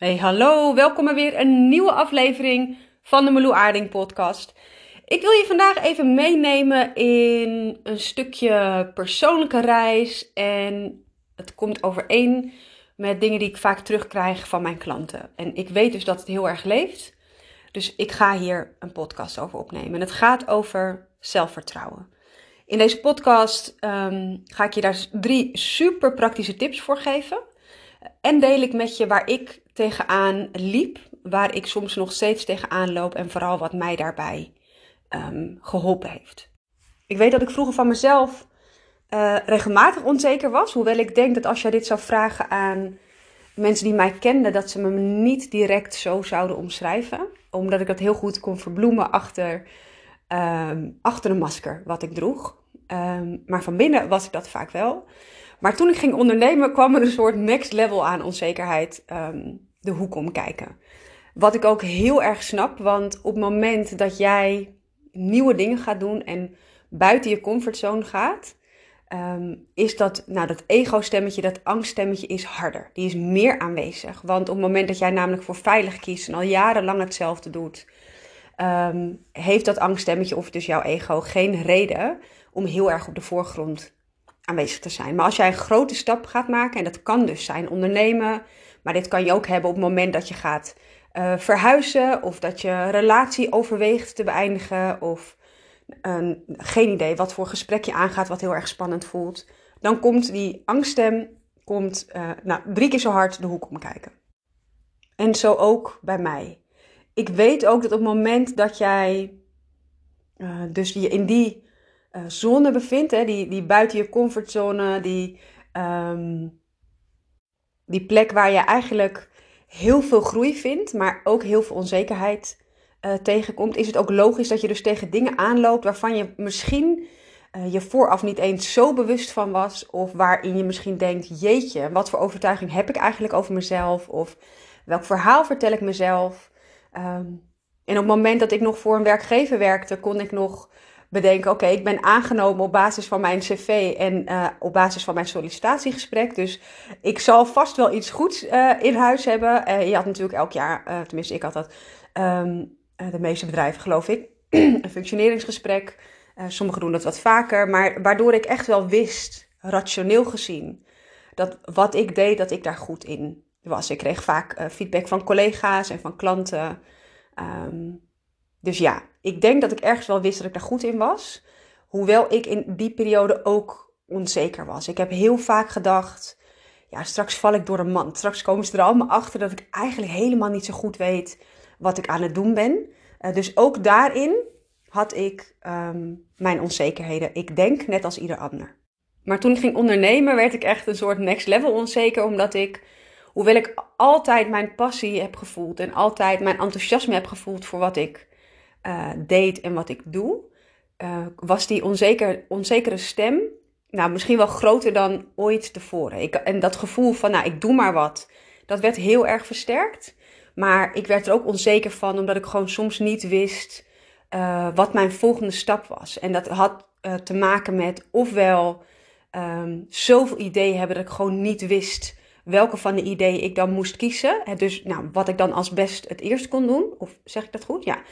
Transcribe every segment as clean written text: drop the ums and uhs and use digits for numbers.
Hey, hallo, welkom bij weer een nieuwe aflevering van de Meloe Aarding podcast. Ik wil je vandaag even meenemen in een stukje persoonlijke reis en het komt overeen met dingen die ik vaak terugkrijg van mijn klanten. En ik weet dus dat het heel erg leeft, dus ik ga hier een podcast over opnemen. En het gaat over zelfvertrouwen. In deze podcast ga ik je daar 3 super praktische tips voor geven. En deel ik met je waar ik tegenaan liep, waar ik soms nog steeds tegenaan loop en vooral wat mij daarbij geholpen heeft. Ik weet dat ik vroeger van mezelf regelmatig onzeker was, hoewel ik denk dat als jij dit zou vragen aan mensen die mij kenden, dat ze me niet direct zo zouden omschrijven. Omdat ik dat heel goed kon verbloemen achter een masker wat ik droeg. Maar van binnen was ik dat vaak wel. Maar toen ik ging ondernemen kwam er een soort next level aan onzekerheid de hoek om kijken. Wat ik ook heel erg snap, want op het moment dat jij nieuwe dingen gaat doen en buiten je comfortzone gaat, is dat ego-stemmetje, dat angststemmetje is harder. Die is meer aanwezig. Want op het moment dat jij namelijk voor veilig kiest en al jarenlang hetzelfde doet, heeft dat angststemmetje of dus jouw ego geen reden om heel erg op de voorgrond aanwezig te zijn. Maar als jij een grote stap gaat maken, en dat kan dus zijn ondernemen, maar dit kan je ook hebben op het moment dat je gaat verhuizen of dat je een relatie overweegt te beëindigen of geen idee wat voor gesprek je aangaat wat heel erg spannend voelt. Dan komt die angststem 3 keer zo hard de hoek omkijken. En zo ook bij mij. Ik weet ook dat op het moment dat jij dus je in die zone bevindt, hè, die buiten je comfortzone, die plek waar je eigenlijk heel veel groei vindt, maar ook heel veel onzekerheid tegenkomt, is het ook logisch dat je dus tegen dingen aanloopt waarvan je misschien je vooraf niet eens zo bewust van was, of waarin je misschien denkt, jeetje, wat voor overtuiging heb ik eigenlijk over mezelf, of welk verhaal vertel ik mezelf. En op het moment dat ik nog voor een werkgever werkte, kon ik nog bedenken, oké, ik ben aangenomen op basis van mijn cv en op basis van mijn sollicitatiegesprek. Dus ik zal vast wel iets goeds in huis hebben. Je had natuurlijk elk jaar, tenminste ik had dat, de meeste bedrijven geloof ik, een functioneringsgesprek. Sommigen doen dat wat vaker, maar waardoor ik echt wel wist, rationeel gezien, dat wat ik deed, dat ik daar goed in was. Ik kreeg vaak feedback van collega's en van klanten. Dus ja, ik denk dat ik ergens wel wist dat ik daar goed in was. Hoewel ik in die periode ook onzeker was. Ik heb heel vaak gedacht, ja, straks val ik door de mand. Straks komen ze er allemaal achter dat ik eigenlijk helemaal niet zo goed weet wat ik aan het doen ben. Dus ook daarin had ik mijn onzekerheden. Ik denk net als ieder ander. Maar toen ik ging ondernemen werd ik echt een soort next level onzeker. Omdat ik, hoewel ik altijd mijn passie heb gevoeld en altijd mijn enthousiasme heb gevoeld voor wat ik deed en wat ik doe, was die onzekere stem misschien wel groter dan ooit tevoren. En dat gevoel van, ik doe maar wat, dat werd heel erg versterkt. Maar ik werd er ook onzeker van, omdat ik gewoon soms niet wist wat mijn volgende stap was. En dat had te maken met ofwel zoveel ideeën hebben dat ik gewoon niet wist welke van de ideeën ik dan moest kiezen. Dus wat ik dan als best het eerst kon doen. Of zeg ik dat goed? Ja.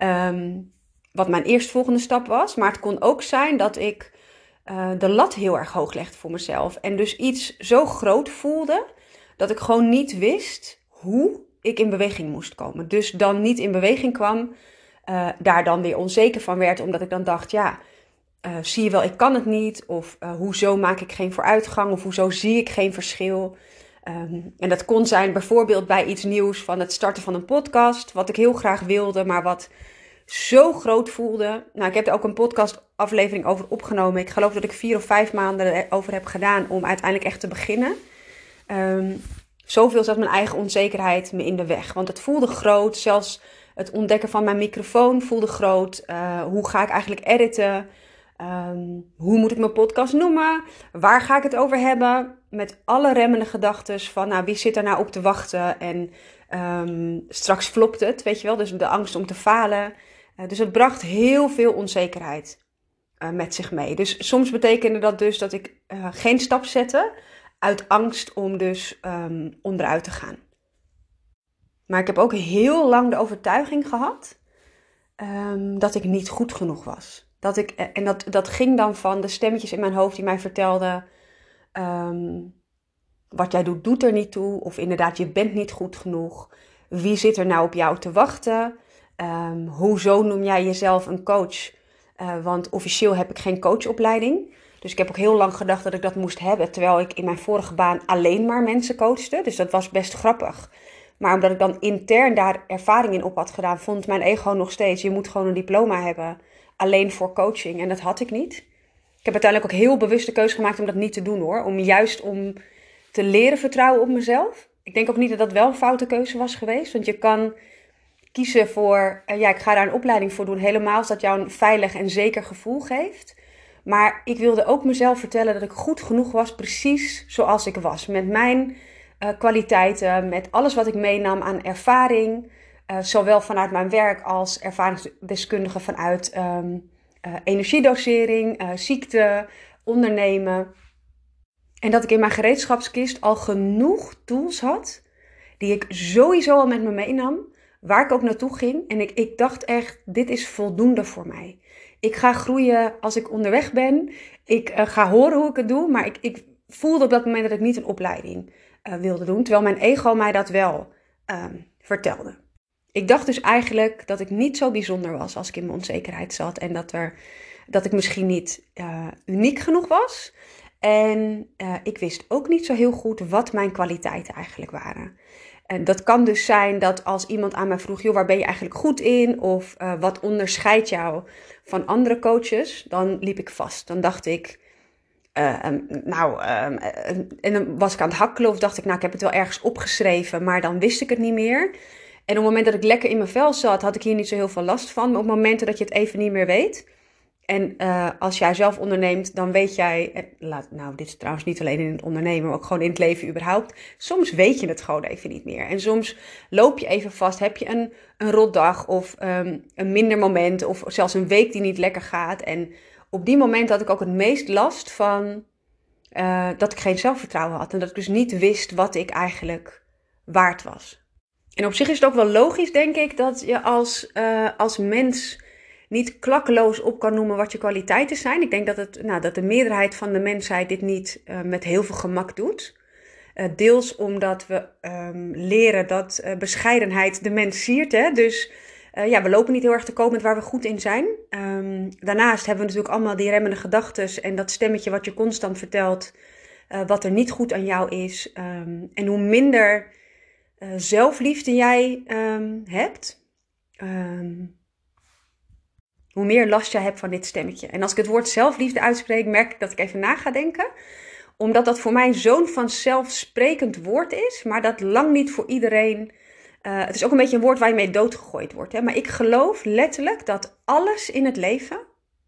Wat mijn eerstvolgende stap was. Maar het kon ook zijn dat ik de lat heel erg hoog legde voor mezelf. En dus iets zo groot voelde dat ik gewoon niet wist hoe ik in beweging moest komen. Dus dan niet in beweging kwam. Daar dan weer onzeker van werd. Omdat ik dan dacht, zie je wel, ik kan het niet. Of hoezo maak ik geen vooruitgang? Of hoezo zie ik geen verschil? En dat kon zijn bijvoorbeeld bij iets nieuws van het starten van een podcast. Wat ik heel graag wilde, maar wat zo groot voelde. Ik heb er ook een podcastaflevering over opgenomen. Ik geloof dat ik 4 of 5 maanden erover heb gedaan om uiteindelijk echt te beginnen. Zoveel zat mijn eigen onzekerheid me in de weg. Want het voelde groot. Zelfs het ontdekken van mijn microfoon voelde groot. Hoe ga ik eigenlijk editen? Hoe moet ik mijn podcast noemen? Waar ga ik het over hebben? Met alle remmende gedachten van, wie zit er nou op te wachten? En straks flopt het, weet je wel? Dus de angst om te falen. Dus het bracht heel veel onzekerheid met zich mee. Dus soms betekende dat dus dat ik geen stap zette uit angst om dus onderuit te gaan. Maar ik heb ook heel lang de overtuiging gehad dat ik niet goed genoeg was. Dat ging dan van de stemmetjes in mijn hoofd die mij vertelden... wat jij doet, doet er niet toe. Of inderdaad, je bent niet goed genoeg. Wie zit er nou op jou te wachten? Hoezo noem jij jezelf een coach? Want officieel heb ik geen coachopleiding. Dus ik heb ook heel lang gedacht dat ik dat moest hebben. Terwijl ik in mijn vorige baan alleen maar mensen coachte. Dus dat was best grappig. Maar omdat ik dan intern daar ervaring in op had gedaan, vond mijn ego nog steeds... je moet gewoon een diploma hebben, alleen voor coaching. En dat had ik niet. Ik heb uiteindelijk ook heel bewust de keuze gemaakt om dat niet te doen hoor. Om te leren vertrouwen op mezelf. Ik denk ook niet dat dat wel een foute keuze was geweest. Want je kan kiezen voor, ik ga daar een opleiding voor doen. Helemaal als dat jou een veilig en zeker gevoel geeft. Maar ik wilde ook mezelf vertellen dat ik goed genoeg was, precies zoals ik was. Met mijn kwaliteiten, met alles wat ik meenam aan ervaring. Zowel vanuit mijn werk als ervaringsdeskundige vanuit energiedosering, ziekte, ondernemen. En dat ik in mijn gereedschapskist al genoeg tools had, die ik sowieso al met me meenam, waar ik ook naartoe ging. En ik dacht echt, dit is voldoende voor mij. Ik ga groeien als ik onderweg ben. Ik ga horen hoe ik het doe, maar ik voelde op dat moment dat ik niet een opleiding wilde doen. Terwijl mijn ego mij dat wel vertelde. Ik dacht dus eigenlijk dat ik niet zo bijzonder was als ik in mijn onzekerheid zat. En dat ik misschien niet uniek genoeg was. En ik wist ook niet zo heel goed wat mijn kwaliteiten eigenlijk waren. En dat kan dus zijn dat als iemand aan mij vroeg, joh, waar ben je eigenlijk goed in? Of wat onderscheidt jou van andere coaches? Dan liep ik vast. Dan dacht ik, en dan was ik aan het hakkelen of dacht ik, ik heb het wel ergens opgeschreven, maar dan wist ik het niet meer. En op het moment dat ik lekker in mijn vel zat, had ik hier niet zo heel veel last van. Maar op momenten dat je het even niet meer weet. En als jij zelf onderneemt, dan weet jij... dit is trouwens niet alleen in het ondernemen, maar ook gewoon in het leven überhaupt. Soms weet je het gewoon even niet meer. En soms loop je even vast, heb je een rotdag of een minder moment. Of zelfs een week die niet lekker gaat. En op die moment had ik ook het meest last van dat ik geen zelfvertrouwen had. En dat ik dus niet wist wat ik eigenlijk waard was. En op zich is het ook wel logisch, denk ik, dat je als mens niet klakkeloos op kan noemen wat je kwaliteiten zijn. Ik denk dat de meerderheid van de mensheid dit niet met heel veel gemak doet. Deels omdat we leren dat bescheidenheid de mens siert. Hè? Dus we lopen niet heel erg te koop met waar we goed in zijn. Daarnaast hebben we natuurlijk allemaal die remmende gedachtes en dat stemmetje wat je constant vertelt wat er niet goed aan jou is. En hoe minder zelfliefde jij hebt, hoe meer last jij hebt van dit stemmetje. En als ik het woord zelfliefde uitspreek, merk ik dat ik even na ga denken. Omdat dat voor mij zo'n vanzelfsprekend woord is, maar dat lang niet voor iedereen... het is ook een beetje een woord waar je mee doodgegooid wordt. Hè? Maar ik geloof letterlijk dat alles in het leven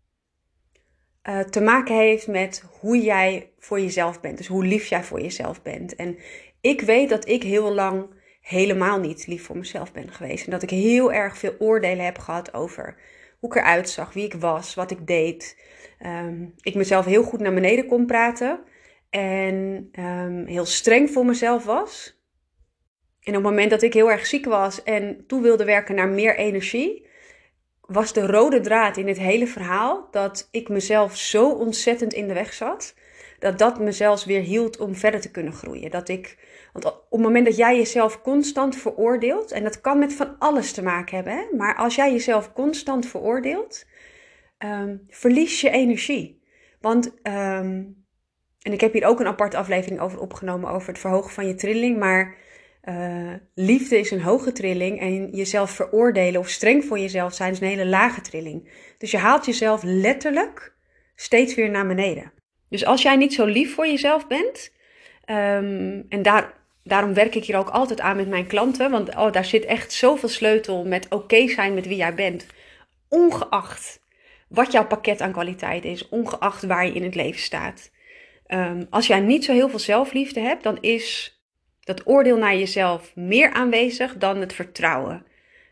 te maken heeft met hoe jij voor jezelf bent. Dus hoe lief jij voor jezelf bent. En ik weet dat ik heel lang helemaal niet lief voor mezelf ben geweest. En dat ik heel erg veel oordelen heb gehad over hoe ik eruit zag, wie ik was, wat ik deed. Ik mezelf heel goed naar beneden kon praten. En heel streng voor mezelf was. En op het moment dat ik heel erg ziek was en toe wilde werken naar meer energie, was de rode draad in dit hele verhaal dat ik mezelf zo ontzettend in de weg zat, dat me zelfs weer hield om verder te kunnen groeien. Want op het moment dat jij jezelf constant veroordeelt, en dat kan met van alles te maken hebben, hè? Maar als jij jezelf constant veroordeelt, verlies je energie. Want, en ik heb hier ook een aparte aflevering over opgenomen, over het verhogen van je trilling, maar liefde is een hoge trilling en jezelf veroordelen of streng voor jezelf zijn is een hele lage trilling. Dus je haalt jezelf letterlijk steeds weer naar beneden. Dus als jij niet zo lief voor jezelf bent, en daarom werk ik hier ook altijd aan met mijn klanten, want daar zit echt zoveel sleutel met oké zijn met wie jij bent, ongeacht wat jouw pakket aan kwaliteit is, ongeacht waar je in het leven staat. Als jij niet zo heel veel zelfliefde hebt, dan is dat oordeel naar jezelf meer aanwezig dan het vertrouwen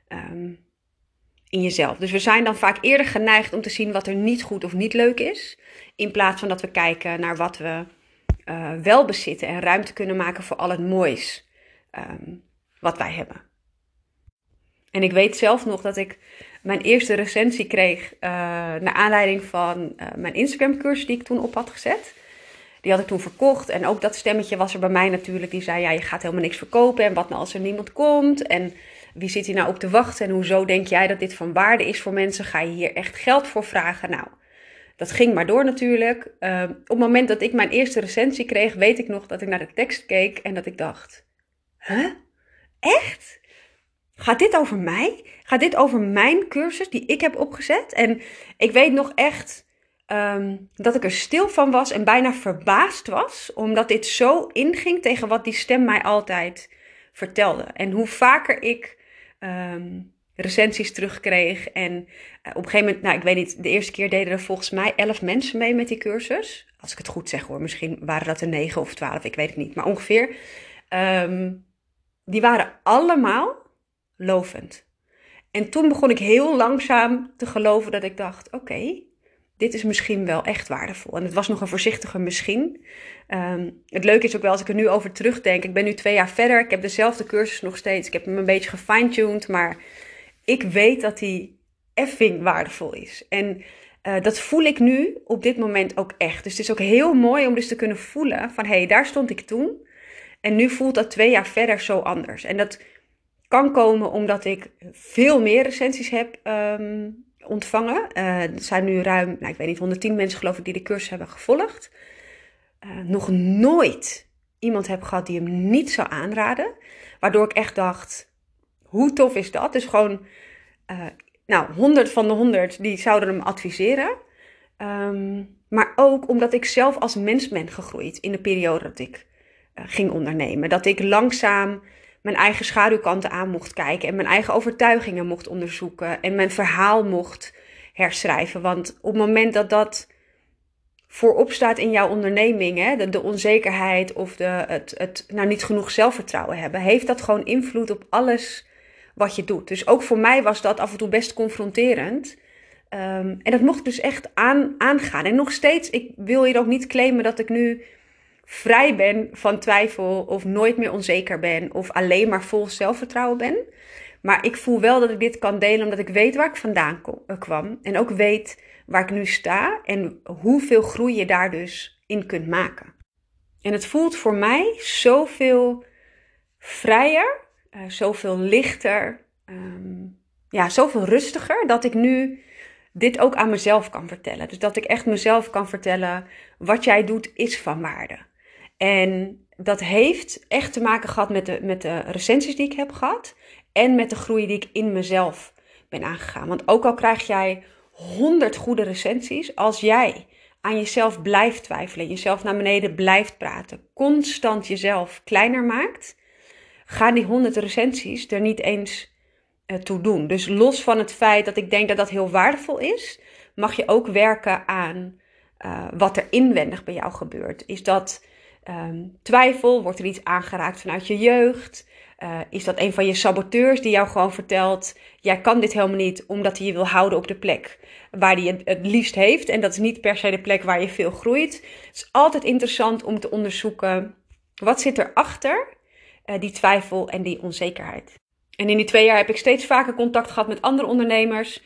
in jezelf. Dus we zijn dan vaak eerder geneigd om te zien wat er niet goed of niet leuk is, in plaats van dat we kijken naar wat we wel bezitten en ruimte kunnen maken voor al het moois wat wij hebben. En ik weet zelf nog dat ik mijn eerste recensie kreeg naar aanleiding van mijn Instagram cursus die ik toen op had gezet. Die had ik toen verkocht en ook dat stemmetje was er bij mij natuurlijk. Die zei, ja, je gaat helemaal niks verkopen en wat nou als er niemand komt en wie zit hier nou op te wachten en hoezo denk jij dat dit van waarde is voor mensen? Ga je hier echt geld voor vragen? Nou, dat ging maar door natuurlijk. Op het moment dat ik mijn eerste recensie kreeg, weet ik nog dat ik naar de tekst keek en dat ik dacht, huh? Echt? Gaat dit over mij? Gaat dit over mijn cursus die ik heb opgezet? En ik weet nog echt dat ik er stil van was en bijna verbaasd was, omdat dit zo inging tegen wat die stem mij altijd vertelde. En hoe vaker ik recensies terugkreeg en op een gegeven moment, nou ik weet niet, de eerste keer deden er volgens mij 11 mensen mee met die cursus. Als ik het goed zeg hoor, misschien waren dat er 9 of 12, ik weet het niet, maar ongeveer. Die waren allemaal lovend. En toen begon ik heel langzaam te geloven dat ik dacht, oké, dit is misschien wel echt waardevol. En het was nog een voorzichtige misschien. Het leuke is ook wel als ik er nu over terugdenk. Ik ben nu 2 jaar verder. Ik heb dezelfde cursus nog steeds. Ik heb hem een beetje gefine-tuned. Maar ik weet dat die effing waardevol is. En dat voel ik nu op dit moment ook echt. Dus het is ook heel mooi om dus te kunnen voelen van hé, daar stond ik toen. En nu voelt dat 2 jaar verder zo anders. En dat kan komen omdat ik veel meer recensies heb ontvangen. Er zijn nu ruim, nou, ik weet niet, 110 mensen geloof ik die de cursus hebben gevolgd. Nog nooit iemand heb gehad die hem niet zou aanraden. Waardoor ik echt dacht, hoe tof is dat? Dus gewoon, 100 van de 100 die zouden hem adviseren. Maar ook omdat ik zelf als mens ben gegroeid in de periode dat ik ging ondernemen. Dat ik langzaam mijn eigen schaduwkanten aan mocht kijken en mijn eigen overtuigingen mocht onderzoeken en mijn verhaal mocht herschrijven. Want op het moment dat dat voorop staat in jouw onderneming, hè, de onzekerheid of het niet genoeg zelfvertrouwen hebben, heeft dat gewoon invloed op alles wat je doet. Dus ook voor mij was dat af en toe best confronterend. En dat mocht ik dus echt aangaan. En nog steeds, ik wil hier ook niet claimen dat ik nu vrij ben van twijfel of nooit meer onzeker ben of alleen maar vol zelfvertrouwen ben. Maar ik voel wel dat ik dit kan delen omdat ik weet waar ik vandaan kwam. En ook weet waar ik nu sta en hoeveel groei je daar dus in kunt maken. En het voelt voor mij zoveel vrijer, zoveel lichter, zoveel rustiger dat ik nu dit ook aan mezelf kan vertellen. Dus dat ik echt mezelf kan vertellen, wat jij doet is van waarde. En dat heeft echt te maken gehad met de recensies die ik heb gehad. En met de groei die ik in mezelf ben aangegaan. Want ook al krijg jij 100 goede recensies, als jij aan jezelf blijft twijfelen, jezelf naar beneden blijft praten, constant jezelf kleiner maakt, gaan die 100 recensies er niet eens toe doen. Dus los van het feit dat ik denk dat dat heel waardevol is, mag je ook werken aan wat er inwendig bij jou gebeurt. Is dat twijfel? Wordt er iets aangeraakt vanuit je jeugd? Is dat een van je saboteurs die jou gewoon vertelt, jij kan dit helemaal niet omdat hij je wil houden op de plek waar hij het liefst heeft. En dat is niet per se de plek waar je veel groeit. Het is altijd interessant om te onderzoeken, wat zit erachter die twijfel en die onzekerheid. En in die 2 jaar heb ik steeds vaker contact gehad met andere ondernemers.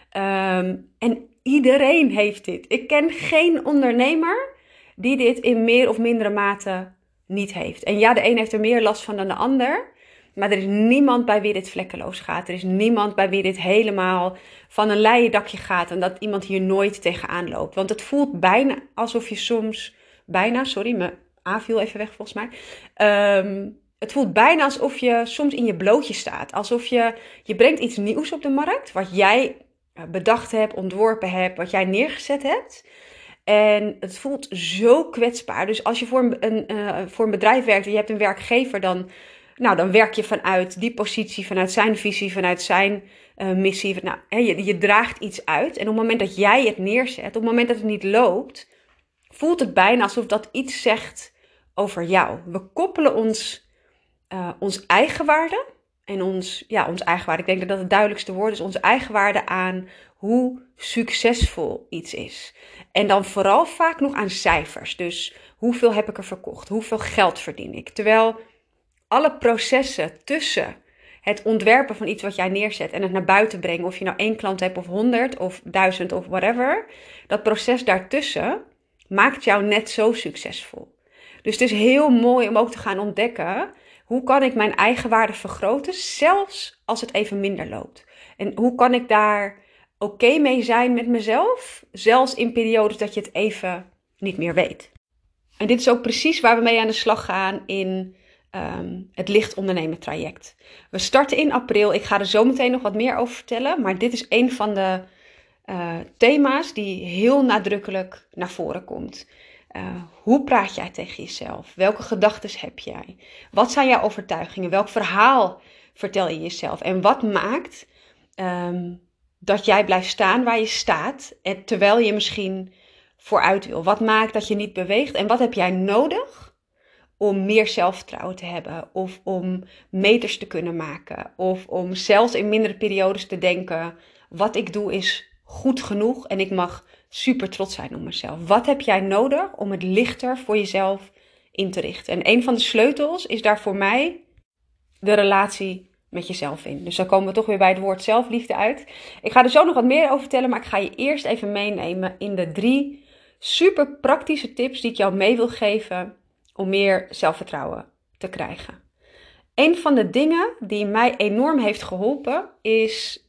En iedereen heeft dit. Ik ken geen ondernemer die dit in meer of mindere mate niet heeft. En ja, de een heeft er meer last van dan de ander. Maar er is niemand bij wie dit vlekkeloos gaat. Er is niemand bij wie dit helemaal van een leien dakje gaat. En dat iemand hier nooit tegenaan loopt. Want het voelt bijna alsof je soms... mijn A viel even weg volgens mij. Het voelt bijna alsof je soms in je blootje staat. Alsof je brengt iets nieuws op de markt. Wat jij bedacht hebt, ontworpen hebt. Wat jij neergezet hebt. En het voelt zo kwetsbaar. Dus als je voor een bedrijf werkt en je hebt een werkgever, dan werk je vanuit die positie, vanuit zijn visie, vanuit zijn missie. Je draagt iets uit. En op het moment dat jij het neerzet, op het moment dat het niet loopt, voelt het bijna alsof dat iets zegt over jou. We koppelen ons eigenwaarde en ons eigenwaarde, ik denk dat dat het duidelijkste woord is, onze eigenwaarde aan hoe succesvol iets is. En dan vooral vaak nog aan cijfers. Dus hoeveel heb ik er verkocht? Hoeveel geld verdien ik? Terwijl alle processen tussen het ontwerpen van iets wat jij neerzet en het naar buiten brengen, of je nou 1 klant hebt of 100 of 1000 of whatever, dat proces daartussen maakt jou net zo succesvol. Dus het is heel mooi om ook te gaan ontdekken, hoe kan ik mijn eigen waarde vergroten, zelfs als het even minder loopt? En hoe kan ik daar oké mee zijn met mezelf, zelfs in periodes dat je het even niet meer weet? En dit is ook precies waar we mee aan de slag gaan in het licht ondernemen traject. We starten in april. Ik ga er zo meteen nog wat meer over vertellen. Maar dit is een van de thema's die heel nadrukkelijk naar voren komt. Hoe praat jij tegen jezelf? Welke gedachten heb jij? Wat zijn jouw overtuigingen? Welk verhaal vertel je jezelf? En wat maakt dat jij blijft staan waar je staat, terwijl je misschien vooruit wil? Wat maakt dat je niet beweegt? En wat heb jij nodig om meer zelfvertrouwen te hebben? Of om meters te kunnen maken? Of om zelfs in mindere periodes te denken, wat ik doe is goed genoeg en ik mag super trots zijn op mezelf. Wat heb jij nodig om het lichter voor jezelf in te richten? En een van de sleutels is daar voor mij de relatie met jezelf in. Dus dan komen we toch weer bij het woord zelfliefde uit. Ik ga er zo nog wat meer over vertellen, maar ik ga je eerst even meenemen in de 3 super praktische tips die ik jou mee wil geven om meer zelfvertrouwen te krijgen. Een van de dingen die mij enorm heeft geholpen is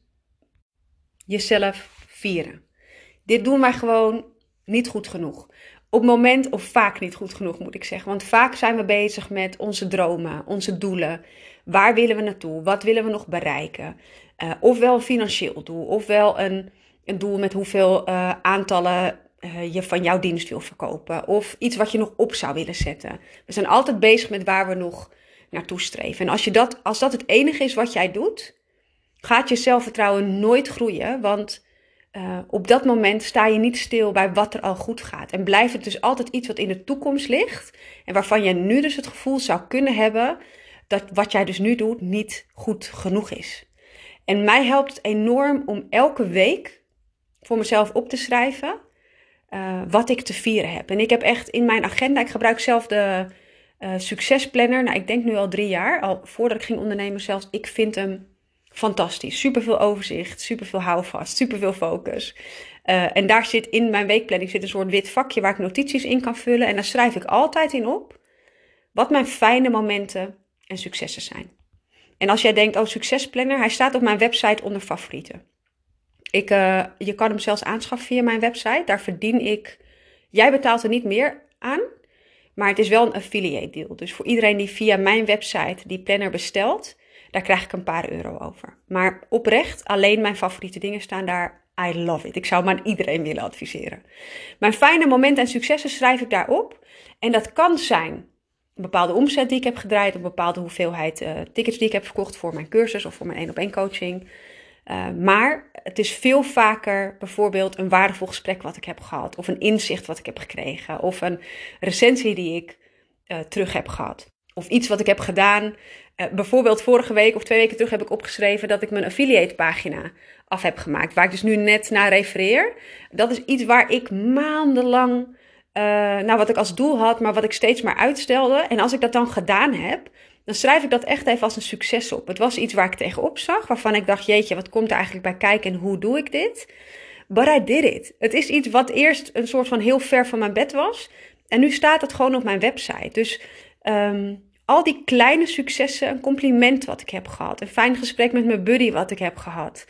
jezelf vieren. Dit doen wij gewoon niet goed genoeg. Op het moment, of vaak niet goed genoeg moet ik zeggen. Want vaak zijn we bezig met onze dromen, onze doelen. Waar willen we naartoe? Wat willen we nog bereiken? Ofwel een financieel doel, ofwel een doel met hoeveel aantallen je van jouw dienst wil verkopen. Of iets wat je nog op zou willen zetten. We zijn altijd bezig met waar we nog naartoe streven. En als dat het enige is wat jij doet, gaat je zelfvertrouwen nooit groeien. Want op dat moment sta je niet stil bij wat er al goed gaat. En blijft het dus altijd iets wat in de toekomst ligt. En waarvan je nu dus het gevoel zou kunnen hebben dat wat jij dus nu doet niet goed genoeg is. En mij helpt het enorm om elke week voor mezelf op te schrijven wat ik te vieren heb. En ik heb echt in mijn agenda, ik gebruik zelf de succesplanner. Nou, ik denk nu al 3 jaar, al voordat ik ging ondernemen zelfs. Ik vind hem fantastisch. Superveel overzicht, superveel houvast, superveel focus. En daar zit in mijn weekplanning een soort wit vakje waar ik notities in kan vullen. En daar schrijf ik altijd in op wat mijn fijne momenten en successen zijn. En als jij denkt, succesplanner, hij staat op mijn website onder favorieten. Je kan hem zelfs aanschaffen via mijn website. Daar verdien ik, jij betaalt er niet meer aan, maar het is wel een affiliate deal. Dus voor iedereen die via mijn website die planner bestelt, daar krijg ik een paar euro over. Maar oprecht, alleen mijn favoriete dingen staan daar. I love it. Ik zou hem aan iedereen willen adviseren. Mijn fijne momenten en successen schrijf ik daarop. En dat kan zijn een bepaalde omzet die ik heb gedraaid, een bepaalde hoeveelheid tickets die ik heb verkocht voor mijn cursus of voor mijn 1-op-1 coaching. Maar het is veel vaker bijvoorbeeld een waardevol gesprek wat ik heb gehad. Of een inzicht wat ik heb gekregen. Of een recensie die ik terug heb gehad. Of iets wat ik heb gedaan. Bijvoorbeeld vorige week of 2 weken terug heb ik opgeschreven dat ik mijn affiliate pagina af heb gemaakt. Waar ik dus nu net naar refereer. Dat is iets waar ik maandenlang, wat ik als doel had, maar wat ik steeds maar uitstelde. En als ik dat dan gedaan heb, dan schrijf ik dat echt even als een succes op. Het was iets waar ik tegenop zag, waarvan ik dacht, jeetje, wat komt er eigenlijk bij kijken en hoe doe ik dit? But I did it. Het is iets wat eerst een soort van heel ver van mijn bed was. En nu staat het gewoon op mijn website. Dus al die kleine successen, een compliment wat ik heb gehad, een fijn gesprek met mijn buddy wat ik heb gehad.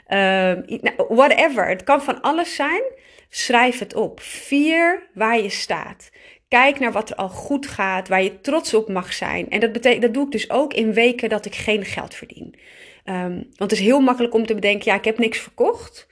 Whatever, het kan van alles zijn. Schrijf het op. Vier waar je staat. Kijk naar wat er al goed gaat, waar je trots op mag zijn. En dat doe ik dus ook in weken dat ik geen geld verdien. Want het is heel makkelijk om te bedenken, ik heb niks verkocht.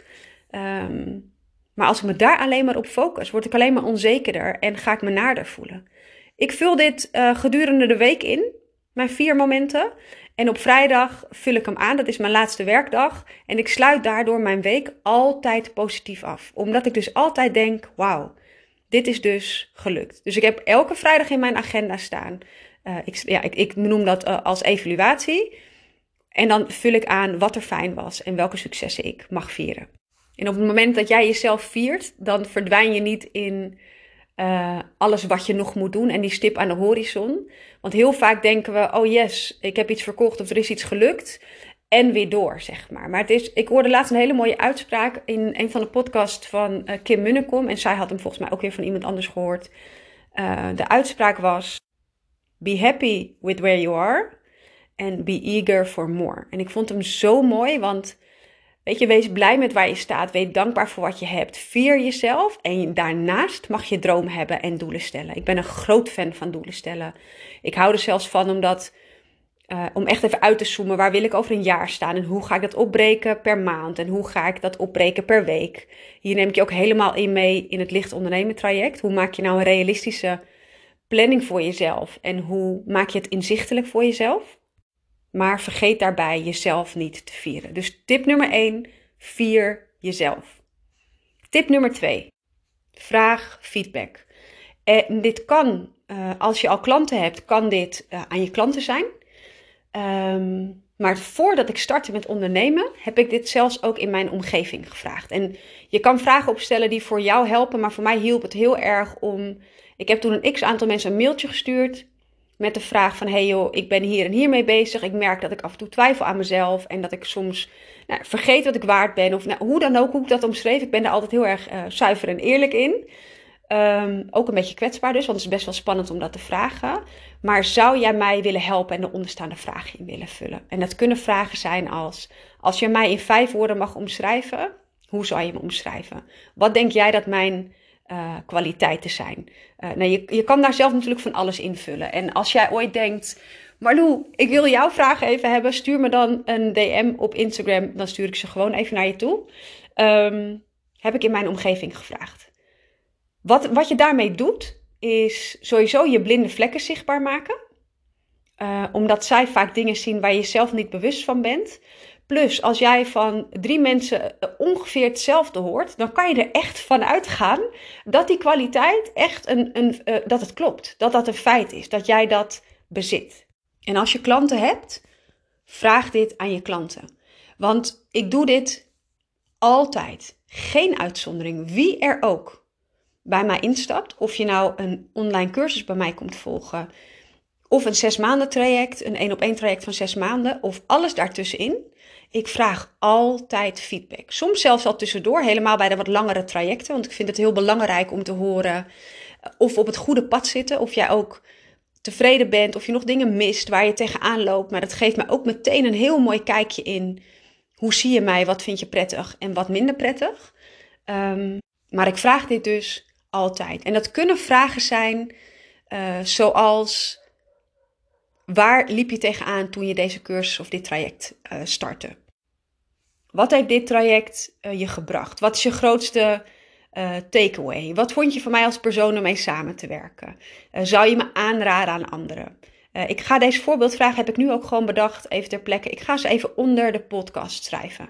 Maar als ik me daar alleen maar op focus, word ik alleen maar onzekerder en ga ik me naarder voelen. Ik vul dit gedurende de week in, mijn 4 momenten. En op vrijdag vul ik hem aan, dat is mijn laatste werkdag. En ik sluit daardoor mijn week altijd positief af. Omdat ik dus altijd denk, wauw, dit is dus gelukt. Dus ik heb elke vrijdag in mijn agenda staan. Ik noem dat als evaluatie. En dan vul ik aan wat er fijn was en welke successen ik mag vieren. En op het moment dat jij jezelf viert, dan verdwijn je niet in alles wat je nog moet doen en die stip aan de horizon. Want heel vaak denken we, oh yes, ik heb iets verkocht of er is iets gelukt. En weer door, zeg maar. Maar ik hoorde laatst een hele mooie uitspraak in een van de podcasts van Kim Munnekom. En zij had hem volgens mij ook weer van iemand anders gehoord. De uitspraak was: be happy with where you are and be eager for more. En ik vond hem zo mooi, want weet je, wees blij met waar je staat. Wees dankbaar voor wat je hebt. Vier jezelf en daarnaast mag je droom hebben en doelen stellen. Ik ben een groot fan van doelen stellen. Ik hou er zelfs van om echt even uit te zoomen. Waar wil ik over een jaar staan? En hoe ga ik dat opbreken per maand? En hoe ga ik dat opbreken per week? Hier neem ik je ook helemaal in mee in het Licht Ondernemen traject. Hoe maak je nou een realistische planning voor jezelf? En hoe maak je het inzichtelijk voor jezelf? Maar vergeet daarbij jezelf niet te vieren. Dus tip nummer 1, vier jezelf. Tip nummer 2, vraag feedback. En dit kan, als je al klanten hebt, kan dit aan je klanten zijn. Maar voordat ik startte met ondernemen, heb ik dit zelfs ook in mijn omgeving gevraagd. En je kan vragen opstellen die voor jou helpen, maar voor mij hielp het heel erg om... Ik heb toen een x-aantal mensen een mailtje gestuurd met de vraag van: hey joh, ik ben hier en hier mee bezig. Ik merk dat ik af en toe twijfel aan mezelf en dat ik soms vergeet wat ik waard ben. Of hoe dan ook, hoe ik dat omschreef. Ik ben daar altijd heel erg zuiver en eerlijk in. Ook een beetje kwetsbaar dus, want het is best wel spannend om dat te vragen. Maar zou jij mij willen helpen en de onderstaande vragen in willen vullen? En dat kunnen vragen zijn als je mij in 5 woorden mag omschrijven, hoe zou je me omschrijven? Wat denk jij dat mijn kwaliteiten zijn? Je kan daar zelf natuurlijk van alles invullen. En als jij ooit denkt: Marlou, ik wil jouw vragen even hebben, stuur me dan een DM op Instagram. Dan stuur ik ze gewoon even naar je toe. Heb ik in mijn omgeving gevraagd. Wat je daarmee doet, is sowieso je blinde vlekken zichtbaar maken. Omdat zij vaak dingen zien waar je zelf niet bewust van bent. Plus, als jij van 3 mensen ongeveer hetzelfde hoort, dan kan je er echt van uitgaan dat die kwaliteit echt dat het klopt. Dat dat een feit is, dat jij dat bezit. En als je klanten hebt, vraag dit aan je klanten. Want ik doe dit altijd. Geen uitzondering. Wie er ook bij mij instapt, of je nou een online cursus bij mij komt volgen, of een 6 maanden traject, een 1-op-1 traject van 6 maanden, of alles daartussenin. Ik vraag altijd feedback. Soms zelfs al tussendoor, helemaal bij de wat langere trajecten, want ik vind het heel belangrijk om te horen of we op het goede pad zitten, of jij ook tevreden bent, of je nog dingen mist waar je tegenaan loopt. Maar dat geeft me ook meteen een heel mooi kijkje in: hoe zie je mij, wat vind je prettig en wat minder prettig. Maar ik vraag dit dus altijd. En dat kunnen vragen zijn zoals: waar liep je tegenaan toen je deze cursus of dit traject startte? Wat heeft dit traject je gebracht? Wat is je grootste takeaway? Wat vond je van mij als persoon om mee samen te werken? Zou je me aanraden aan anderen? Ik ga deze voorbeeldvragen, heb ik nu ook gewoon bedacht, even ter plekke. Ik ga ze even onder de podcast schrijven.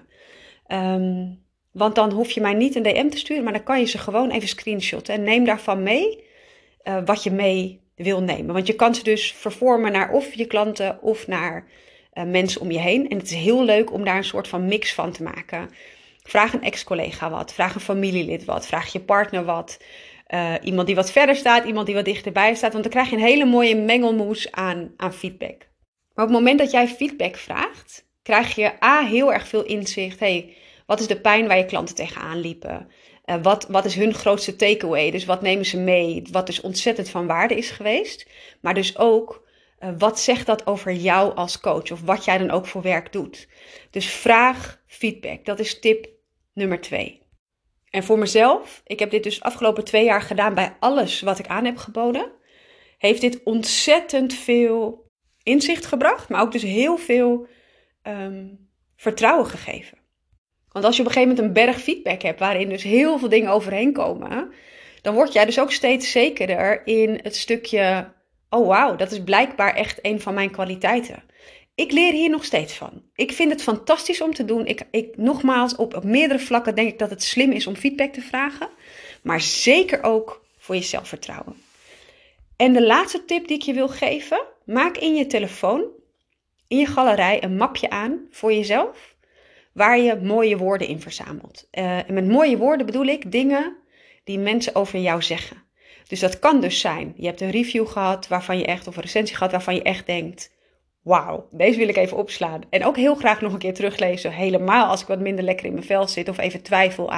Want dan hoef je mij niet een DM te sturen, maar dan kan je ze gewoon even screenshotten. En neem daarvan mee wat je mee wil nemen. Want je kan ze dus vervormen naar of je klanten of naar mensen om je heen. En het is heel leuk om daar een soort van mix van te maken. Vraag een ex-collega wat, vraag een familielid wat, vraag je partner wat. Iemand die wat verder staat, iemand die wat dichterbij staat. Want dan krijg je een hele mooie mengelmoes aan feedback. Maar op het moment dat jij feedback vraagt, krijg je heel erg veel inzicht. Hey, wat is de pijn waar je klanten tegenaan liepen? Wat is hun grootste takeaway? Dus wat nemen ze mee? Wat dus ontzettend van waarde is geweest. Maar dus ook, wat zegt dat over jou als coach? Of wat jij dan ook voor werk doet. Dus vraag feedback. Dat is tip nummer 2. En voor mezelf, ik heb dit dus afgelopen 2 jaar gedaan bij alles wat ik aan heb geboden. Heeft dit ontzettend veel inzicht gebracht. Maar ook dus heel veel vertrouwen gegeven. Want als je op een gegeven moment een berg feedback hebt waarin dus heel veel dingen overheen komen, dan word jij dus ook steeds zekerder in het stukje: oh wauw, dat is blijkbaar echt een van mijn kwaliteiten. Ik leer hier nog steeds van. Ik vind het fantastisch om te doen. Nogmaals, op meerdere vlakken denk ik dat het slim is om feedback te vragen. Maar zeker ook voor je zelfvertrouwen. En de laatste tip die ik je wil geven: maak in je telefoon, in je galerij, een mapje aan voor jezelf, waar je mooie woorden in verzamelt. En met mooie woorden bedoel ik dingen die mensen over jou zeggen. Dus dat kan dus zijn. Je hebt een review gehad waarvan je echt, of een recensie gehad waarvan je echt denkt, wauw, deze wil ik even opslaan. En ook heel graag nog een keer teruglezen. Helemaal als ik wat minder lekker in mijn vel zit of even twijfel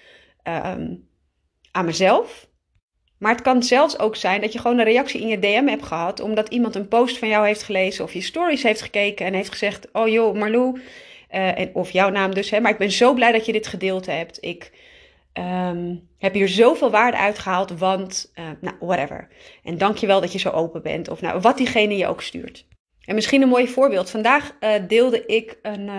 aan mezelf. Maar het kan zelfs ook zijn dat je gewoon een reactie in je DM hebt gehad, omdat iemand een post van jou heeft gelezen of je stories heeft gekeken en heeft gezegd, oh joh, Marlou, of jouw naam dus, maar ik ben zo blij dat je dit gedeeld hebt. Ik heb hier zoveel waarde uitgehaald, want, whatever. En dankjewel dat je zo open bent, of wat diegene je ook stuurt. En misschien een mooi voorbeeld. Vandaag deelde ik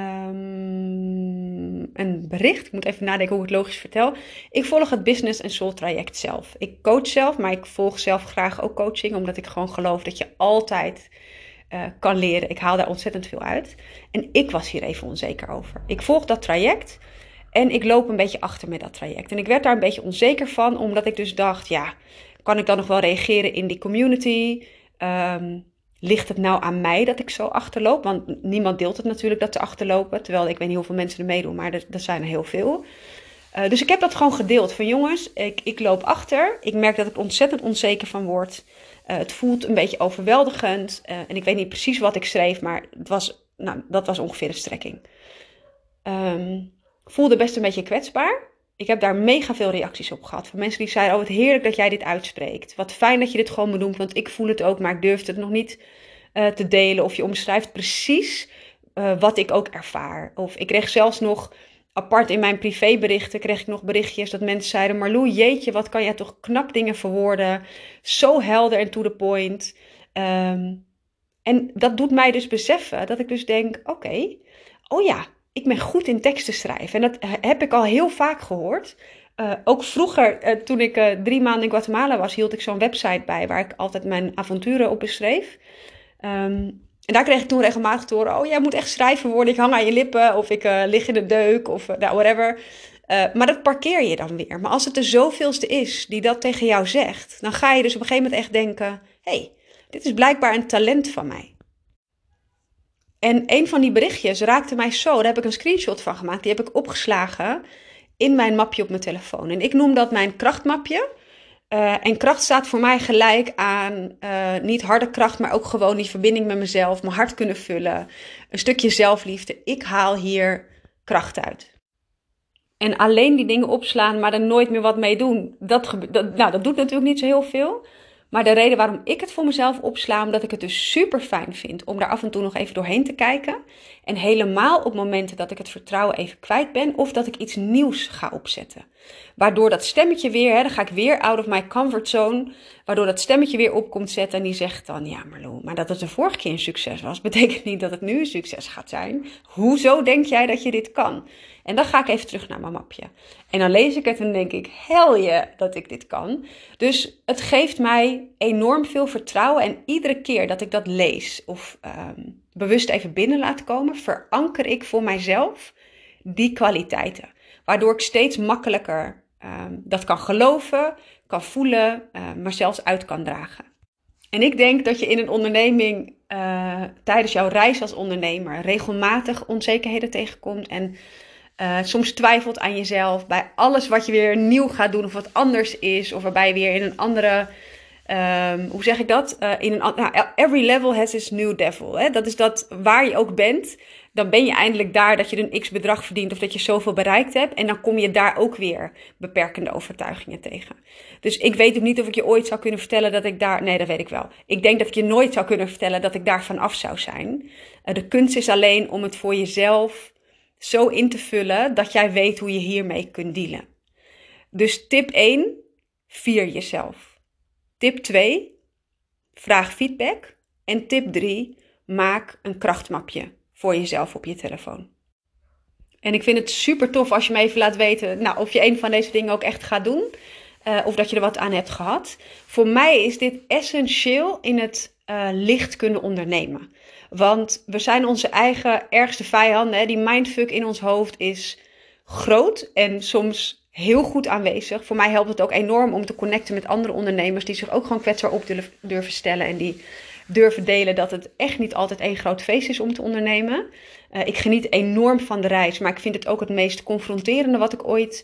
een bericht. Ik moet even nadenken hoe ik het logisch vertel. Ik volg het Business and Soul traject zelf. Ik coach zelf, maar ik volg zelf graag ook coaching. Omdat ik gewoon geloof dat je altijd kan leren. Ik haal daar ontzettend veel uit. En ik was hier even onzeker over. Ik volg dat traject en ik loop een beetje achter met dat traject. En ik werd daar een beetje onzeker van, omdat ik dus dacht, ja, kan ik dan nog wel reageren in die community? Ligt het nou aan mij dat ik zo achterloop? Want niemand deelt het natuurlijk dat ze achterlopen. Terwijl ik weet niet hoeveel mensen er meedoen, maar er zijn er heel veel. Dus ik heb dat gewoon gedeeld. Van jongens, ik loop achter. Ik merk dat ik er ontzettend onzeker van word. Het voelt een beetje overweldigend. En ik weet niet precies wat ik schreef, maar dat was ongeveer de strekking. Ik voelde best een beetje kwetsbaar. Ik heb daar mega veel reacties op gehad. Van mensen die zeiden, oh wat heerlijk dat jij dit uitspreekt. Wat fijn dat je dit gewoon benoemt, want ik voel het ook, maar ik durfde het nog niet te delen. Of je omschrijft precies wat ik ook ervaar. Of ik kreeg zelfs nog apart in mijn privéberichten, kreeg ik nog berichtjes dat mensen zeiden, Marlou, jeetje, wat kan jij toch knap dingen verwoorden. Zo helder en to the point. En dat doet mij dus beseffen dat ik dus denk, oké, oh ja, ik ben goed in teksten schrijven. En dat heb ik al heel vaak gehoord. Ook vroeger, toen ik 3 maanden in Guatemala was, hield ik zo'n website bij waar ik altijd mijn avonturen op beschreef. En daar kreeg ik toen regelmatig te horen, oh jij moet echt schrijver worden, ik hang aan je lippen of ik lig in de deuk of whatever. Maar dat parkeer je dan weer. Maar als het de zoveelste is die dat tegen jou zegt, dan ga je dus op een gegeven moment echt denken, hey, dit is blijkbaar een talent van mij. En een van die berichtjes raakte mij zo, daar heb ik een screenshot van gemaakt. Die heb ik opgeslagen in mijn mapje op mijn telefoon. En ik noem dat mijn krachtmapje. En kracht staat voor mij gelijk aan niet harde kracht, maar ook gewoon die verbinding met mezelf. Mijn hart kunnen vullen. Een stukje zelfliefde. Ik haal hier kracht uit. En alleen die dingen opslaan, maar er nooit meer wat mee doen. Dat doet natuurlijk niet zo heel veel. Maar de reden waarom ik het voor mezelf opsla, omdat ik het dus super fijn vind om daar af en toe nog even doorheen te kijken. En helemaal op momenten dat ik het vertrouwen even kwijt ben of dat ik iets nieuws ga opzetten. Waardoor dat stemmetje weer, dan ga ik weer out of my comfort zone. Waardoor dat stemmetje weer op komt zetten en die zegt dan, ja Marlou, maar dat het de vorige keer een succes was, betekent niet dat het nu een succes gaat zijn. Hoezo denk jij dat je dit kan? En dan ga ik even terug naar mijn mapje. En dan lees ik het en denk ik, hell yeah, dat ik dit kan. Dus het geeft mij enorm veel vertrouwen. En iedere keer dat ik dat lees of bewust even binnen laat komen, veranker ik voor mijzelf die kwaliteiten. Waardoor ik steeds makkelijker dat kan geloven, kan voelen, maar zelfs uit kan dragen. En ik denk dat je in een onderneming tijdens jouw reis als ondernemer regelmatig onzekerheden tegenkomt en soms twijfelt aan jezelf bij alles wat je weer nieuw gaat doen of wat anders is. Of waarbij je weer in een andere, hoe zeg ik dat? Every level has its new devil. Hè? Dat is dat waar je ook bent. Dan ben je eindelijk daar dat je een x bedrag verdient of dat je zoveel bereikt hebt. En dan kom je daar ook weer beperkende overtuigingen tegen. Dus ik weet ook niet of ik je ooit zou kunnen vertellen dat ik daar... Nee, dat weet ik wel. Ik denk dat ik je nooit zou kunnen vertellen dat ik daar vanaf zou zijn. De kunst is alleen om het voor jezelf zo in te vullen dat jij weet hoe je hiermee kunt dealen. Dus tip 1, vier jezelf. Tip 2, vraag feedback. En tip 3, maak een krachtmapje voor jezelf op je telefoon. En ik vind het super tof als je me even laat weten of je een van deze dingen ook echt gaat doen. Of dat je er wat aan hebt gehad. Voor mij is dit essentieel in het licht kunnen ondernemen. Want we zijn onze eigen ergste vijanden. Hè? Die mindfuck in ons hoofd is groot en soms heel goed aanwezig. Voor mij helpt het ook enorm om te connecten met andere ondernemers die zich ook gewoon kwetsbaar op durven stellen. En die durven delen dat het echt niet altijd één groot feest is om te ondernemen. Ik geniet enorm van de reis, maar ik vind het ook het meest confronterende wat ik ooit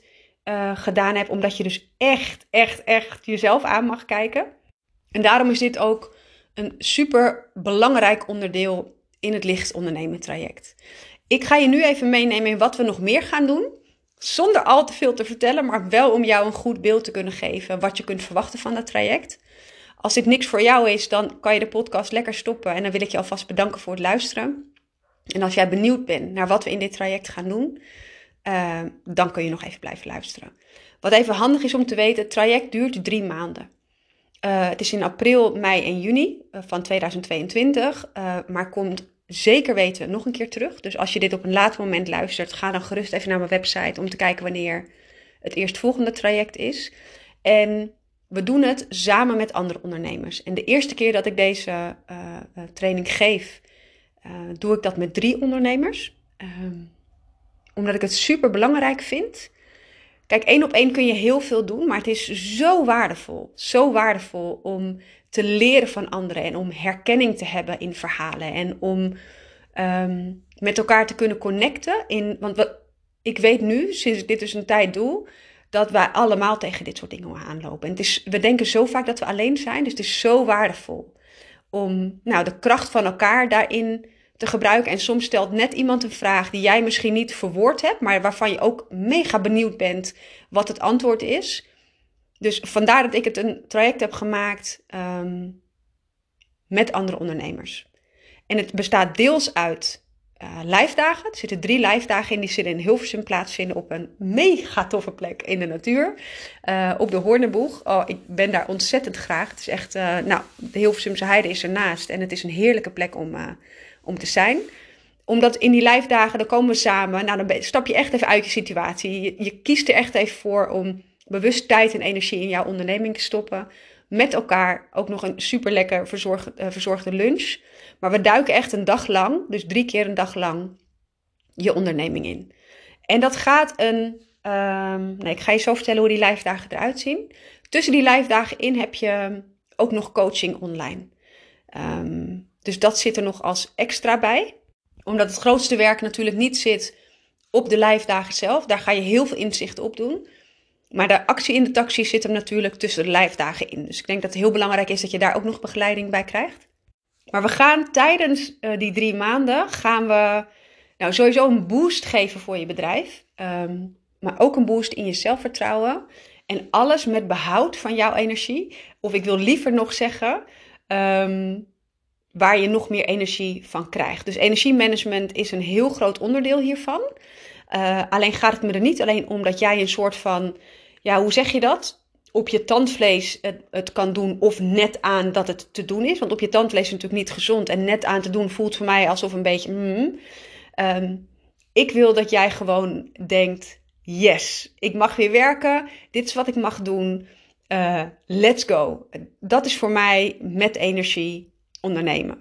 gedaan hebt, omdat je dus echt jezelf aan mag kijken. En daarom is dit ook een super belangrijk onderdeel in het licht ondernemen traject. Ik ga je nu even meenemen in wat we nog meer gaan doen, zonder al te veel te vertellen, maar wel om jou een goed beeld te kunnen geven wat je kunt verwachten van dat traject. Als dit niks voor jou is, dan kan je de podcast lekker stoppen en dan wil ik je alvast bedanken voor het luisteren. En als jij benieuwd bent naar wat we in dit traject gaan doen, dan kun je nog even blijven luisteren. Wat even handig is om te weten, het traject duurt 3 maanden. Het is in april, mei en juni van 2022, maar komt zeker weten nog een keer terug. Dus als je dit op een later moment luistert, ga dan gerust even naar mijn website om te kijken wanneer het eerstvolgende traject is. En we doen het samen met andere ondernemers. En de eerste keer dat ik deze training geef, doe ik dat met 3 ondernemers. Omdat ik het super belangrijk vind. Kijk, 1-op-1 kun je heel veel doen, maar het is zo waardevol. Zo waardevol om te leren van anderen en om herkenning te hebben in verhalen. En om met elkaar te kunnen connecten. Want ik weet nu, sinds ik dit dus een tijd doe, dat wij allemaal tegen dit soort dingen aanlopen. En we denken zo vaak dat we alleen zijn, dus het is zo waardevol om de kracht van elkaar daarin te gebruiken. En soms stelt net iemand een vraag die jij misschien niet verwoord hebt, maar waarvan je ook mega benieuwd bent wat het antwoord is. Dus vandaar dat ik het een traject heb gemaakt met andere ondernemers. En het bestaat deels uit live dagen. Er zitten 3 live dagen in, die zullen in Hilversum plaatsvinden op een mega toffe plek in de natuur. Op de Hoornenboeg. Oh, ik ben daar ontzettend graag. Het is echt, de Hilversumse heide is ernaast en het is een heerlijke plek om te zijn. Omdat in die live dagen, dan komen we samen. Dan stap je echt even uit je situatie. Je kiest er echt even voor om bewust tijd en energie in jouw onderneming te stoppen. Met elkaar ook nog een super lekker verzorgde lunch. Maar we duiken echt een dag lang, dus 3 keer een dag lang, je onderneming in. En dat gaat ik ga je zo vertellen hoe die live dagen eruit zien. Tussen die live dagen in heb je ook nog coaching online. Dus dat zit er nog als extra bij. Omdat het grootste werk natuurlijk niet zit op de live dagen zelf. Daar ga je heel veel inzichten op doen. Maar de actie in de taxi zit er natuurlijk tussen de live dagen in. Dus ik denk dat het heel belangrijk is dat je daar ook nog begeleiding bij krijgt. Maar we gaan tijdens die 3 maanden sowieso een boost geven voor je bedrijf. Maar ook een boost in je zelfvertrouwen. En alles met behoud van jouw energie. Of ik wil liever nog zeggen, waar je nog meer energie van krijgt. Dus energiemanagement is een heel groot onderdeel hiervan. Alleen gaat het me er niet alleen om dat jij een soort van, hoe zeg je dat? Op je tandvlees het kan doen of net aan dat het te doen is. Want op je tandvlees is het natuurlijk niet gezond. En net aan te doen voelt voor mij alsof een beetje... Ik wil dat jij gewoon denkt, yes, ik mag weer werken. Dit is wat ik mag doen. Let's go. Dat is voor mij met energie ondernemen.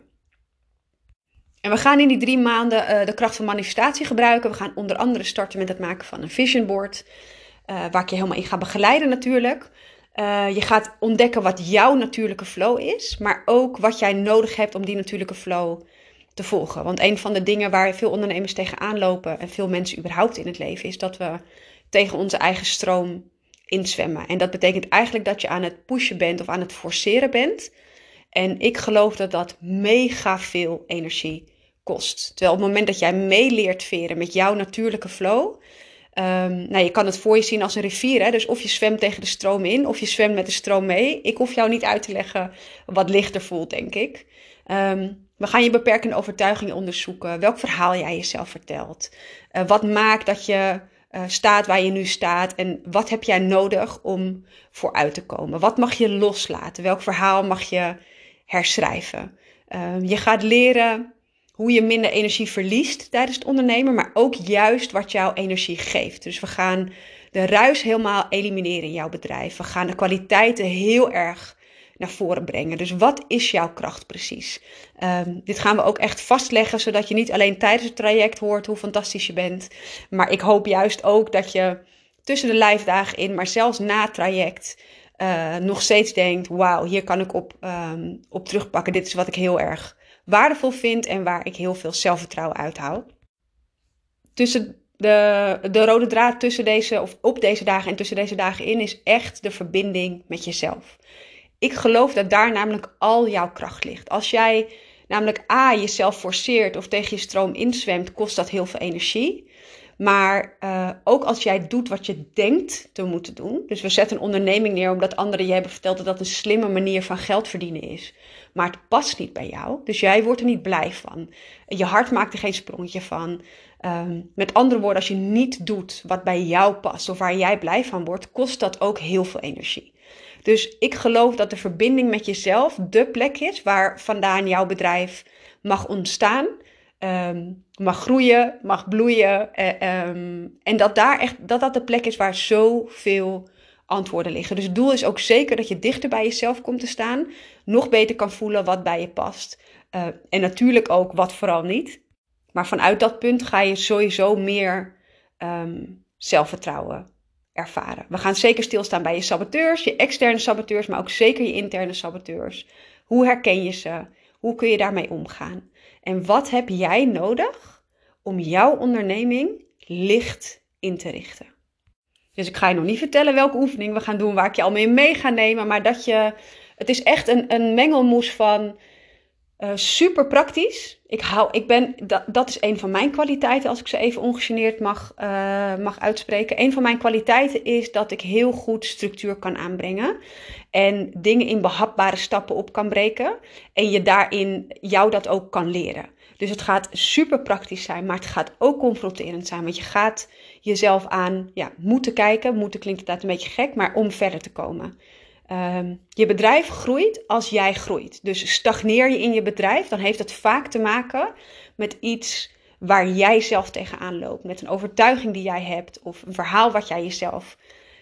En we gaan in die 3 maanden de kracht van manifestatie gebruiken. We gaan onder andere starten met het maken van een vision board. Waar ik je helemaal in ga begeleiden natuurlijk. Je gaat ontdekken wat jouw natuurlijke flow is. Maar ook wat jij nodig hebt om die natuurlijke flow te volgen. Want een van de dingen waar veel ondernemers tegenaan lopen. En veel mensen überhaupt in het leven. Is dat we tegen onze eigen stroom inzwemmen. En dat betekent eigenlijk dat je aan het pushen bent of aan het forceren bent. En ik geloof dat dat mega veel energie kost. Terwijl op het moment dat jij meeleert veren met jouw natuurlijke flow. Je kan het voor je zien als een rivier. Hè? Dus of je zwemt tegen de stroom in, of je zwemt met de stroom mee. Ik hoef jou niet uit te leggen wat lichter voelt, denk ik. We gaan je beperkende overtuigingen onderzoeken. Welk verhaal jij jezelf vertelt. Wat maakt dat je staat waar je nu staat. En wat heb jij nodig om vooruit te komen? Wat mag je loslaten? Welk verhaal mag je herschrijven? Je gaat leren hoe je minder energie verliest tijdens het ondernemen, maar ook juist wat jouw energie geeft. Dus we gaan de ruis helemaal elimineren in jouw bedrijf. We gaan de kwaliteiten heel erg naar voren brengen. Dus wat is jouw kracht precies? Dit gaan we ook echt vastleggen, zodat je niet alleen tijdens het traject hoort hoe fantastisch je bent. Maar ik hoop juist ook dat je tussen de live dagen in, maar zelfs na het traject, nog steeds denkt, wauw, hier kan ik op terugpakken. Dit is wat ik heel erg waardevol vind en waar ik heel veel zelfvertrouwen uit haal. Tussen de rode draad tussen deze, of op deze dagen en tussen deze dagen in, is echt de verbinding met jezelf. Ik geloof dat daar namelijk al jouw kracht ligt. Als jij namelijk jezelf forceert of tegen je stroom inzwemt, kost dat heel veel energie. Maar ook als jij doet wat je denkt te moeten doen. Dus we zetten een onderneming neer omdat anderen je hebben verteld dat dat een slimme manier van geld verdienen is. Maar het past niet bij jou. Dus jij wordt er niet blij van. Je hart maakt er geen sprongetje van. Met andere woorden, als je niet doet wat bij jou past of waar jij blij van wordt, kost dat ook heel veel energie. Dus ik geloof dat de verbinding met jezelf de plek is waar vandaan jouw bedrijf mag ontstaan. Mag groeien, mag bloeien. En dat de plek is waar zoveel antwoorden liggen. Dus het doel is ook zeker dat je dichter bij jezelf komt te staan. Nog beter kan voelen wat bij je past. En natuurlijk ook wat vooral niet. Maar vanuit dat punt ga je sowieso meer zelfvertrouwen ervaren. We gaan zeker stilstaan bij je saboteurs, je externe saboteurs, maar ook zeker je interne saboteurs. Hoe herken je ze? Hoe kun je daarmee omgaan? En wat heb jij nodig om jouw onderneming licht in te richten? Dus ik ga je nog niet vertellen welke oefening we gaan doen, waar ik je al mee ga nemen. Maar het is echt een mengelmoes van super praktisch. Dat is een van mijn kwaliteiten, als ik ze even ongegeneerd mag uitspreken. Een van mijn kwaliteiten is dat ik heel goed structuur kan aanbrengen. En dingen in behapbare stappen op kan breken. En jou dat ook kan leren. Dus het gaat super praktisch zijn, maar het gaat ook confronterend zijn. Want je gaat jezelf aan moeten kijken. Moeten klinkt inderdaad een beetje gek, maar om verder te komen. Je bedrijf groeit als jij groeit. Dus stagneer je in je bedrijf, dan heeft het vaak te maken met iets waar jij zelf tegenaan loopt. Met een overtuiging die jij hebt of een verhaal wat jij jezelf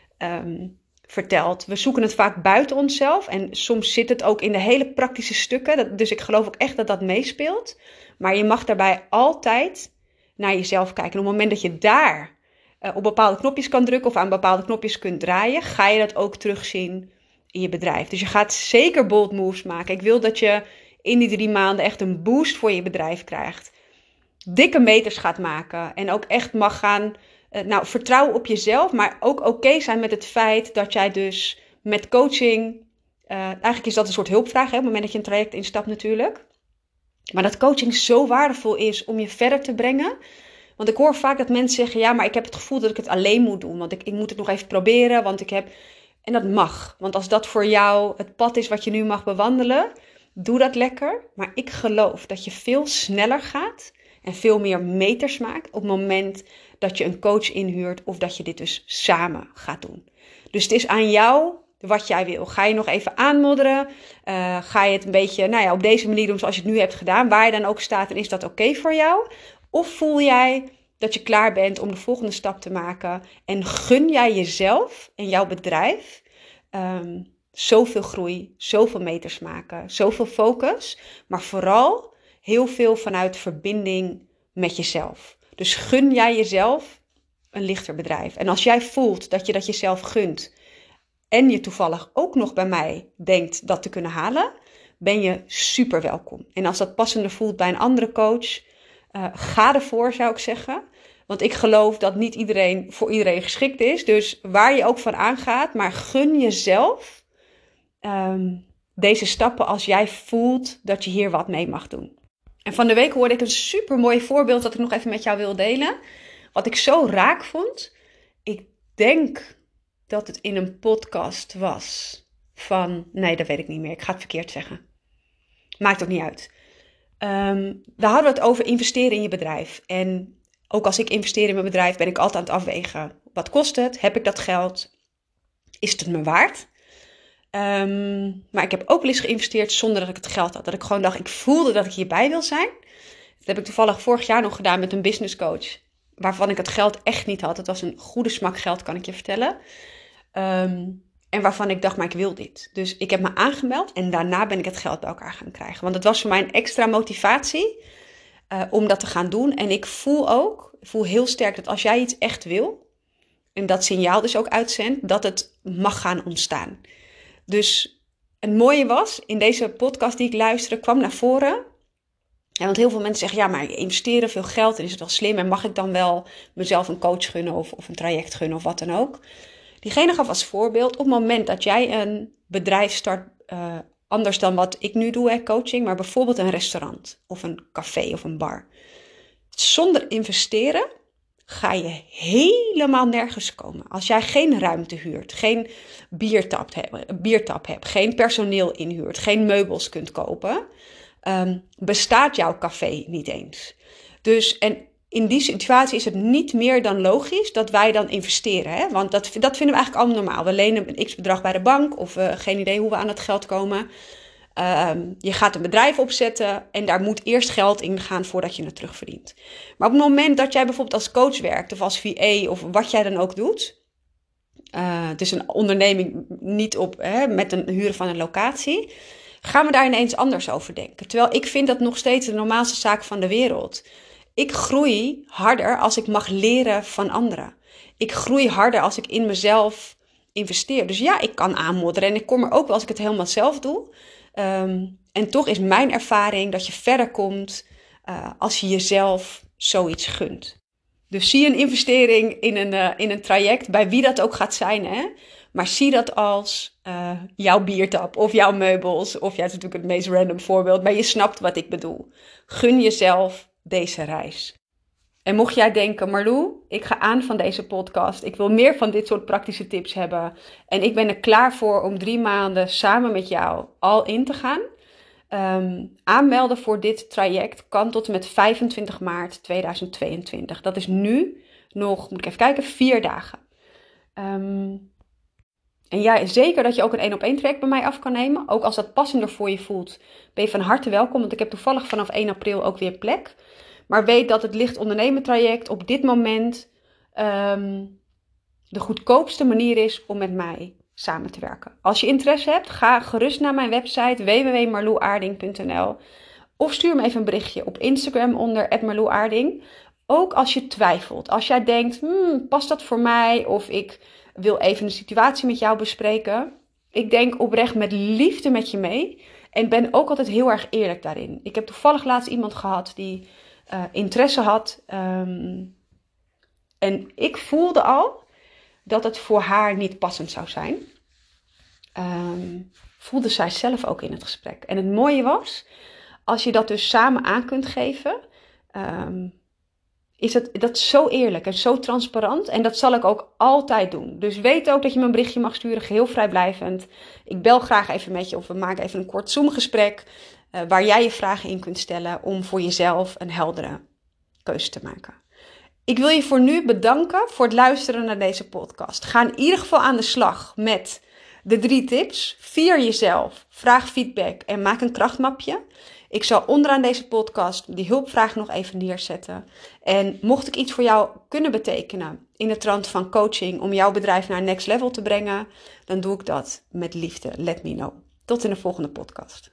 vertelt. We zoeken het vaak buiten onszelf en soms zit het ook in de hele praktische stukken. Dus ik geloof ook echt dat dat meespeelt. Maar je mag daarbij altijd naar jezelf kijken. En op het moment dat je daar op bepaalde knopjes kan drukken of aan bepaalde knopjes kunt draaien, ga je dat ook terugzien in je bedrijf. Dus je gaat zeker bold moves maken. Ik wil dat je in die 3 maanden echt een boost voor je bedrijf krijgt. Dikke meters gaat maken. En ook echt mag gaan vertrouwen op jezelf. Maar ook oké zijn met het feit dat jij dus met coaching. Eigenlijk is dat een soort hulpvraag. Op het moment dat je een traject instapt natuurlijk. Maar dat coaching zo waardevol is om je verder te brengen. Want ik hoor vaak dat mensen zeggen, ja, maar ik heb het gevoel dat ik het alleen moet doen. Want ik moet het nog even proberen, want ik heb. En dat mag. Want als dat voor jou het pad is wat je nu mag bewandelen, doe dat lekker. Maar ik geloof dat je veel sneller gaat en veel meer meters maakt op het moment dat je een coach inhuurt of dat je dit dus samen gaat doen. Dus het is aan jou wat jij wil. Ga je nog even aanmodderen? Ga je het een beetje op deze manier doen zoals je het nu hebt gedaan, waar je dan ook staat, en is dat oké voor jou? Of voel jij dat je klaar bent om de volgende stap te maken en gun jij jezelf en jouw bedrijf zoveel groei, zoveel meters maken, zoveel focus, maar vooral heel veel vanuit verbinding met jezelf. Dus gun jij jezelf een lichter bedrijf. En als jij voelt dat je dat jezelf gunt en je toevallig ook nog bij mij denkt dat te kunnen halen, ben je super welkom. En als dat passender voelt bij een andere coach, ga ervoor, zou ik zeggen. Want ik geloof dat niet iedereen voor iedereen geschikt is. Dus waar je ook van aangaat, maar gun jezelf deze stappen als jij voelt dat je hier wat mee mag doen. En van de week hoorde ik een super mooi voorbeeld dat ik nog even met jou wil delen. Wat ik zo raak vond. Ik denk dat het in een podcast was nee, dat weet ik niet meer. Ik ga het verkeerd zeggen. Maakt ook niet uit. Daar hadden we het over investeren in je bedrijf. En ook als ik investeer in mijn bedrijf ben ik altijd aan het afwegen. Wat kost het? Heb ik dat geld? Is het me waard? Maar ik heb ook wel eens geïnvesteerd zonder dat ik het geld had. Dat ik gewoon dacht, ik voelde dat ik hierbij wil zijn. Dat heb ik toevallig vorig jaar nog gedaan met een business coach. Waarvan ik het geld echt niet had. Het was een goede smak geld, kan ik je vertellen. En waarvan ik dacht, maar ik wil dit. Dus ik heb me aangemeld en daarna ben ik het geld bij elkaar gaan krijgen. Want het was voor mij een extra motivatie om dat te gaan doen. En ik voel heel sterk dat als jij iets echt wil, en dat signaal dus ook uitzendt, dat het mag gaan ontstaan. Dus het mooie was, in deze podcast die ik luisterde, kwam naar voren Ja, want heel veel mensen zeggen, ja, maar investeren veel geld en is het wel slim en mag ik dan wel mezelf een coach gunnen of een traject gunnen of wat dan ook. Diegene gaf als voorbeeld, op het moment dat jij een bedrijf start, anders dan wat ik nu doe, coaching, maar bijvoorbeeld een restaurant of een café of een bar. Zonder investeren ga je helemaal nergens komen. Als jij geen ruimte huurt, geen biertap hebt, geen personeel inhuurt, geen meubels kunt kopen, bestaat jouw café niet eens. Dus, en in die situatie is het niet meer dan logisch dat wij dan investeren. Hè? Want dat vinden we eigenlijk allemaal normaal. We lenen een x-bedrag bij de bank of geen idee hoe we aan het geld komen. Je gaat een bedrijf opzetten en daar moet eerst geld in gaan voordat je het terugverdient. Maar op het moment dat jij bijvoorbeeld als coach werkt of als VA of wat jij dan ook doet. Het is een onderneming niet met een huren van een locatie. Gaan we daar ineens anders over denken. Terwijl ik vind dat nog steeds de normaalste zaak van de wereld. Ik groei harder als ik mag leren van anderen. Ik groei harder als ik in mezelf investeer. Dus ja, ik kan aanmodderen en ik kom er ook wel als ik het helemaal zelf doe. En toch is mijn ervaring dat je verder komt als je jezelf zoiets gunt. Dus zie een investering in een traject, bij wie dat ook gaat zijn, hè? Maar zie dat als jouw biertap of jouw meubels. Of ja, het is natuurlijk het meest random voorbeeld, maar je snapt wat ik bedoel. Gun jezelf deze reis. En mocht jij denken, Marlou, ik ga aan van deze podcast. Ik wil meer van dit soort praktische tips hebben. En ik ben er klaar voor om 3 maanden samen met jou al in te gaan. Aanmelden voor dit traject kan tot en met 25 maart 2022. Dat is nu nog, moet ik even kijken, 4 dagen. En ja, zeker dat je ook een 1-op-1 traject bij mij af kan nemen. Ook als dat passender voor je voelt, ben je van harte welkom. Want ik heb toevallig vanaf 1 april ook weer plek. Maar weet dat het Licht Ondernemen traject op dit moment de goedkoopste manier is om met mij samen te werken. Als je interesse hebt, ga gerust naar mijn website www.marlouaarding.nl of stuur me even een berichtje op Instagram onder @marlouaarding. Ook als je twijfelt, als jij denkt, past dat voor mij? Of ik wil even een situatie met jou bespreken. Ik denk oprecht met liefde met je mee en ben ook altijd heel erg eerlijk daarin. Ik heb toevallig laatst iemand gehad die interesse had en ik voelde al dat het voor haar niet passend zou zijn. Voelde zij zelf ook in het gesprek. En het mooie was, als je dat dus samen aan kunt geven, is dat zo eerlijk en zo transparant. En dat zal ik ook altijd doen. Dus weet ook dat je me een berichtje mag sturen, geheel vrijblijvend. Ik bel graag even met je of we maken even een kort Zoom-gesprek waar jij je vragen in kunt stellen om voor jezelf een heldere keuze te maken. Ik wil je voor nu bedanken voor het luisteren naar deze podcast. Ga in ieder geval aan de slag met de 3 tips. Vier jezelf, vraag feedback en maak een krachtmapje. Ik zal onderaan deze podcast die hulpvraag nog even neerzetten. En mocht ik iets voor jou kunnen betekenen in de trant van coaching om jouw bedrijf naar next level te brengen, dan doe ik dat met liefde. Let me know. Tot in de volgende podcast.